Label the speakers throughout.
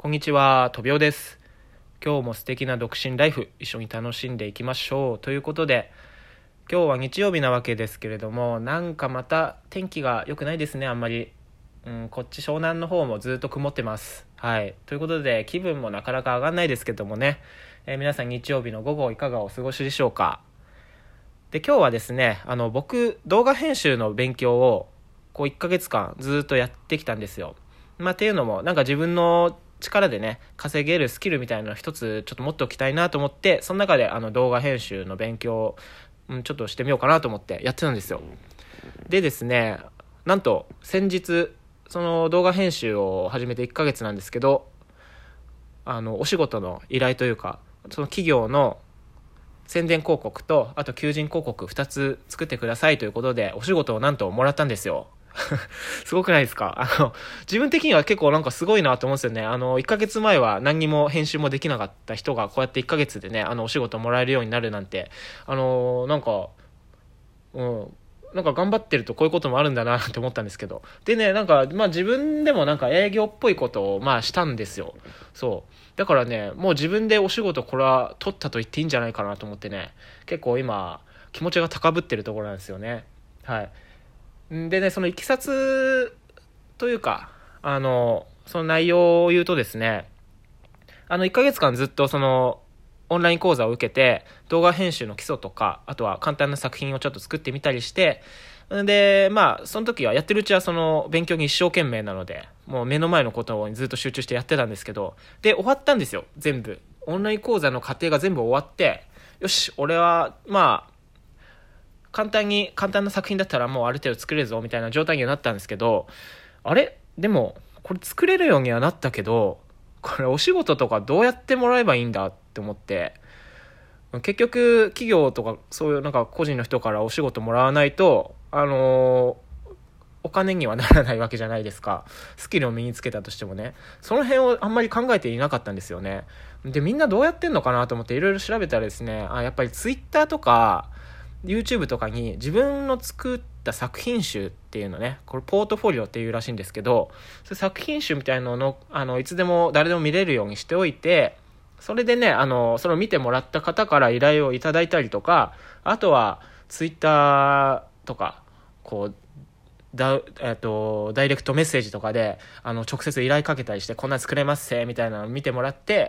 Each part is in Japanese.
Speaker 1: こんにちは、とびおです。今日も素敵な独身ライフ一緒に楽しんでいきましょうということで、今日は日曜日なわけですけれども、なんかまた天気が良くないですね。あんまり、こっち湘南の方もずっと曇ってます。はい、ということで気分もなかなか上がんないですけどもね、皆さん日曜日の午後いかがお過ごしでしょうか。で、今日はですね、僕動画編集の勉強を1ヶ月間ずっとやってきたんですよ。っていうのもなんか自分の力でね稼げるスキルみたいなのを一つちょっと持っておきたいなと思って、その中で動画編集の勉強をちょっとしてみようかなと思ってやってたんですよ。でですね、なんと先日その動画編集を始めて1ヶ月なんですけど、お仕事の依頼というか、その企業の宣伝広告とあと求人広告2つ作ってくださいということでお仕事をなんともらったんですよ。すごくないですか？自分的には結構なんかすごいなと思うんですよね。1ヶ月前は何にも編集もできなかった人がこうやって1ヶ月でね、お仕事もらえるようになるなんて、なんか、なんか頑張ってるとこういうこともあるんだなって思ったんですけど。でね、なんか、自分でもなんか営業っぽいことをしたんですよ。そう。だからね、もう自分でお仕事これは取ったと言っていいんじゃないかなと思ってね、結構今、気持ちが高ぶってるところなんですよね。はい。でね、そのいきさつというか、その内容を言うとですね、1ヶ月間ずっとその、オンライン講座を受けて、動画編集の基礎とか、あとは簡単な作品をちょっと作ってみたりして、で、その時はやってるうちはその勉強に一生懸命なので、もう目の前のことにずっと集中してやってたんですけど、で、終わったんですよ、全部。オンライン講座の過程が全部終わって、よし、俺は、簡単な作品だったらもうある程度作れるぞみたいな状態にはなったんですけど、あれでもこれ作れるようにはなったけど、これお仕事とかどうやってもらえばいいんだって思って、結局企業とかそういうなんか個人の人からお仕事もらわないとお金にはならないわけじゃないですか。スキルを身につけたとしてもね、その辺をあんまり考えていなかったんですよね。で、みんなどうやってんのかなと思っていろいろ調べたらですね、やっぱりツイッターとかYouTube とかに自分の作った作品集っていうのね、これポートフォリオっていうらしいんですけど、それ作品集みたいなのをいつでも誰でも見れるようにしておいて、それでね、それを見てもらった方から依頼をいただいたりとか、あとはツイッターとかこうダイレクトメッセージとかで直接依頼かけたりして、こんなの作れますせみたいなのを見てもらって、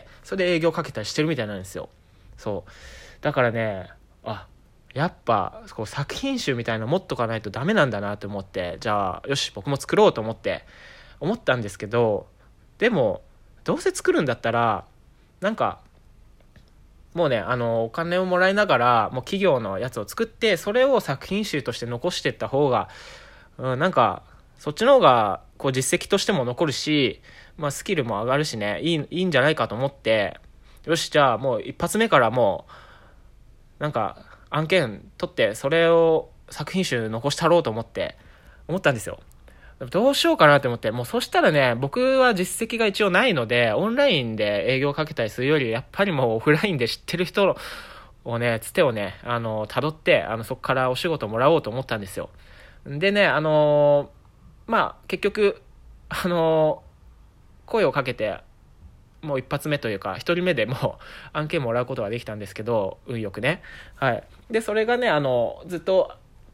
Speaker 1: それで営業かけたりしてるみたいなんですよ。そうだからね、やっぱこう作品集みたいなの持っとかないとダメなんだなと思って、じゃあよし僕も作ろうと思ったんですけど、でもどうせ作るんだったらなんかもうね、お金をもらいながらもう企業のやつを作って、それを作品集として残していった方が、なんかそっちの方がこう実績としても残るし、スキルも上がるしね、いいんじゃないかと思って、よしじゃあもう一発目からもうなんか案件取ってそれを作品集残したろうと思ったんですよ。どうしようかなって思って、もうそしたらね、僕は実績が一応ないので、オンラインで営業をかけたりするより、やっぱりもうオフラインで知ってる人をね、つてをね、辿って、そこからお仕事もらおうと思ったんですよ。でね、結局、声をかけて、もう一発目というか、一人目でもう案件もらうことができたんですけど、運よくね。はい。で、それがね、ずっと、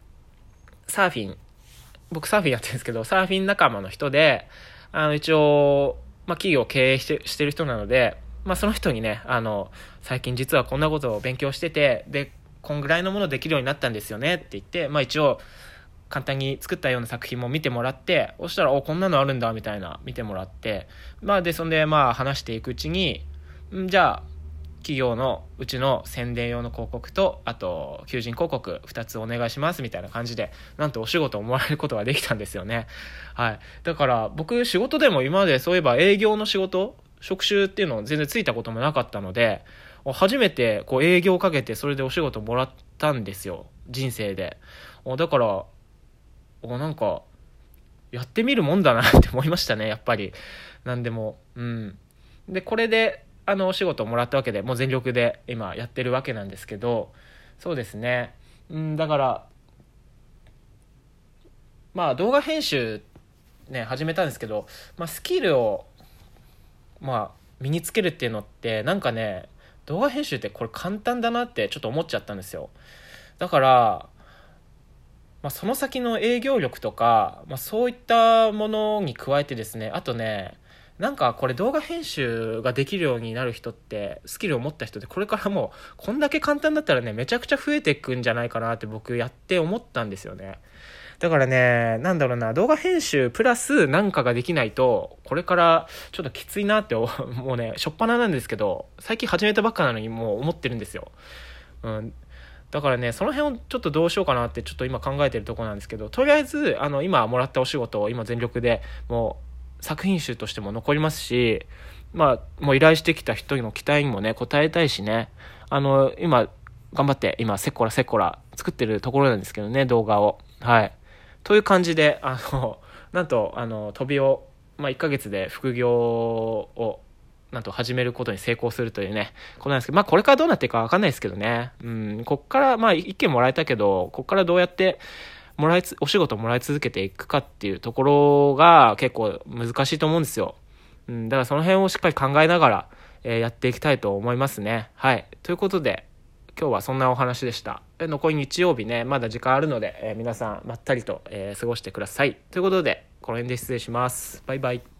Speaker 1: 僕サーフィンやってるんですけど、サーフィン仲間の人で、一応、企業を経営してる人なので、その人にね、最近実はこんなことを勉強してて、で、こんぐらいのものできるようになったんですよねって言って、一応、簡単に作ったような作品も見てもらって、そしたら、こんなのあるんだ、みたいな、見てもらって、で、そんで、話していくうちに、じゃあ、企業のうちの宣伝用の広告とあと求人広告2つお願いしますみたいな感じで、なんとお仕事をもらえることができたんですよね。はい。だから僕仕事でも今までそういえば営業の仕事、職種っていうのを全然ついたこともなかったので、初めてこう営業をかけてそれでお仕事をもらったんですよ、人生で。だからなんかやってみるもんだなって思いましたね、やっぱり。なんでもでこれでお仕事をもらったわけで、もう全力で今やってるわけなんですけど、そうですね。だから動画編集ね始めたんですけど、スキルを身につけるっていうのってなんかね、動画編集ってこれ簡単だなってちょっと思っちゃったんですよ。だから、その先の営業力とか、そういったものに加えてですね、あとね、なんかこれ動画編集ができるようになる人って、スキルを持った人ってこれからもうこんだけ簡単だったらね、めちゃくちゃ増えていくんじゃないかなって僕やって思ったんですよね。だからね、なんだろうな、動画編集プラスなんかができないと、これからちょっときついなって、もうね、しょっぱななんですけど、最近始めたばっかなのにもう思ってるんですよ。うん。だからね、その辺をちょっとどうしようかなってちょっと今考えてるところなんですけど、とりあえず、今もらったお仕事を今全力でもう作品集としても残りますし、もう依頼してきた人の期待にもね、応えたいしね、今、頑張って、今、せっこら作ってるところなんですけどね、動画を。はい。という感じで、なんと、飛びを、1ヶ月で副業を、なんと始めることに成功するというね、ことなんですけど、これからどうなっていくかわかんないですけどね。こっから、意見もらえたけど、こっからどうやってお仕事もらい続けていくかっていうところが結構難しいと思うんですよ。だからその辺をしっかり考えながら、やっていきたいと思いますね。はい。ということで、今日はそんなお話でした。残り日曜日ね、まだ時間あるので、皆さんまったりと、過ごしてください。ということで、この辺で失礼します。バイバイ。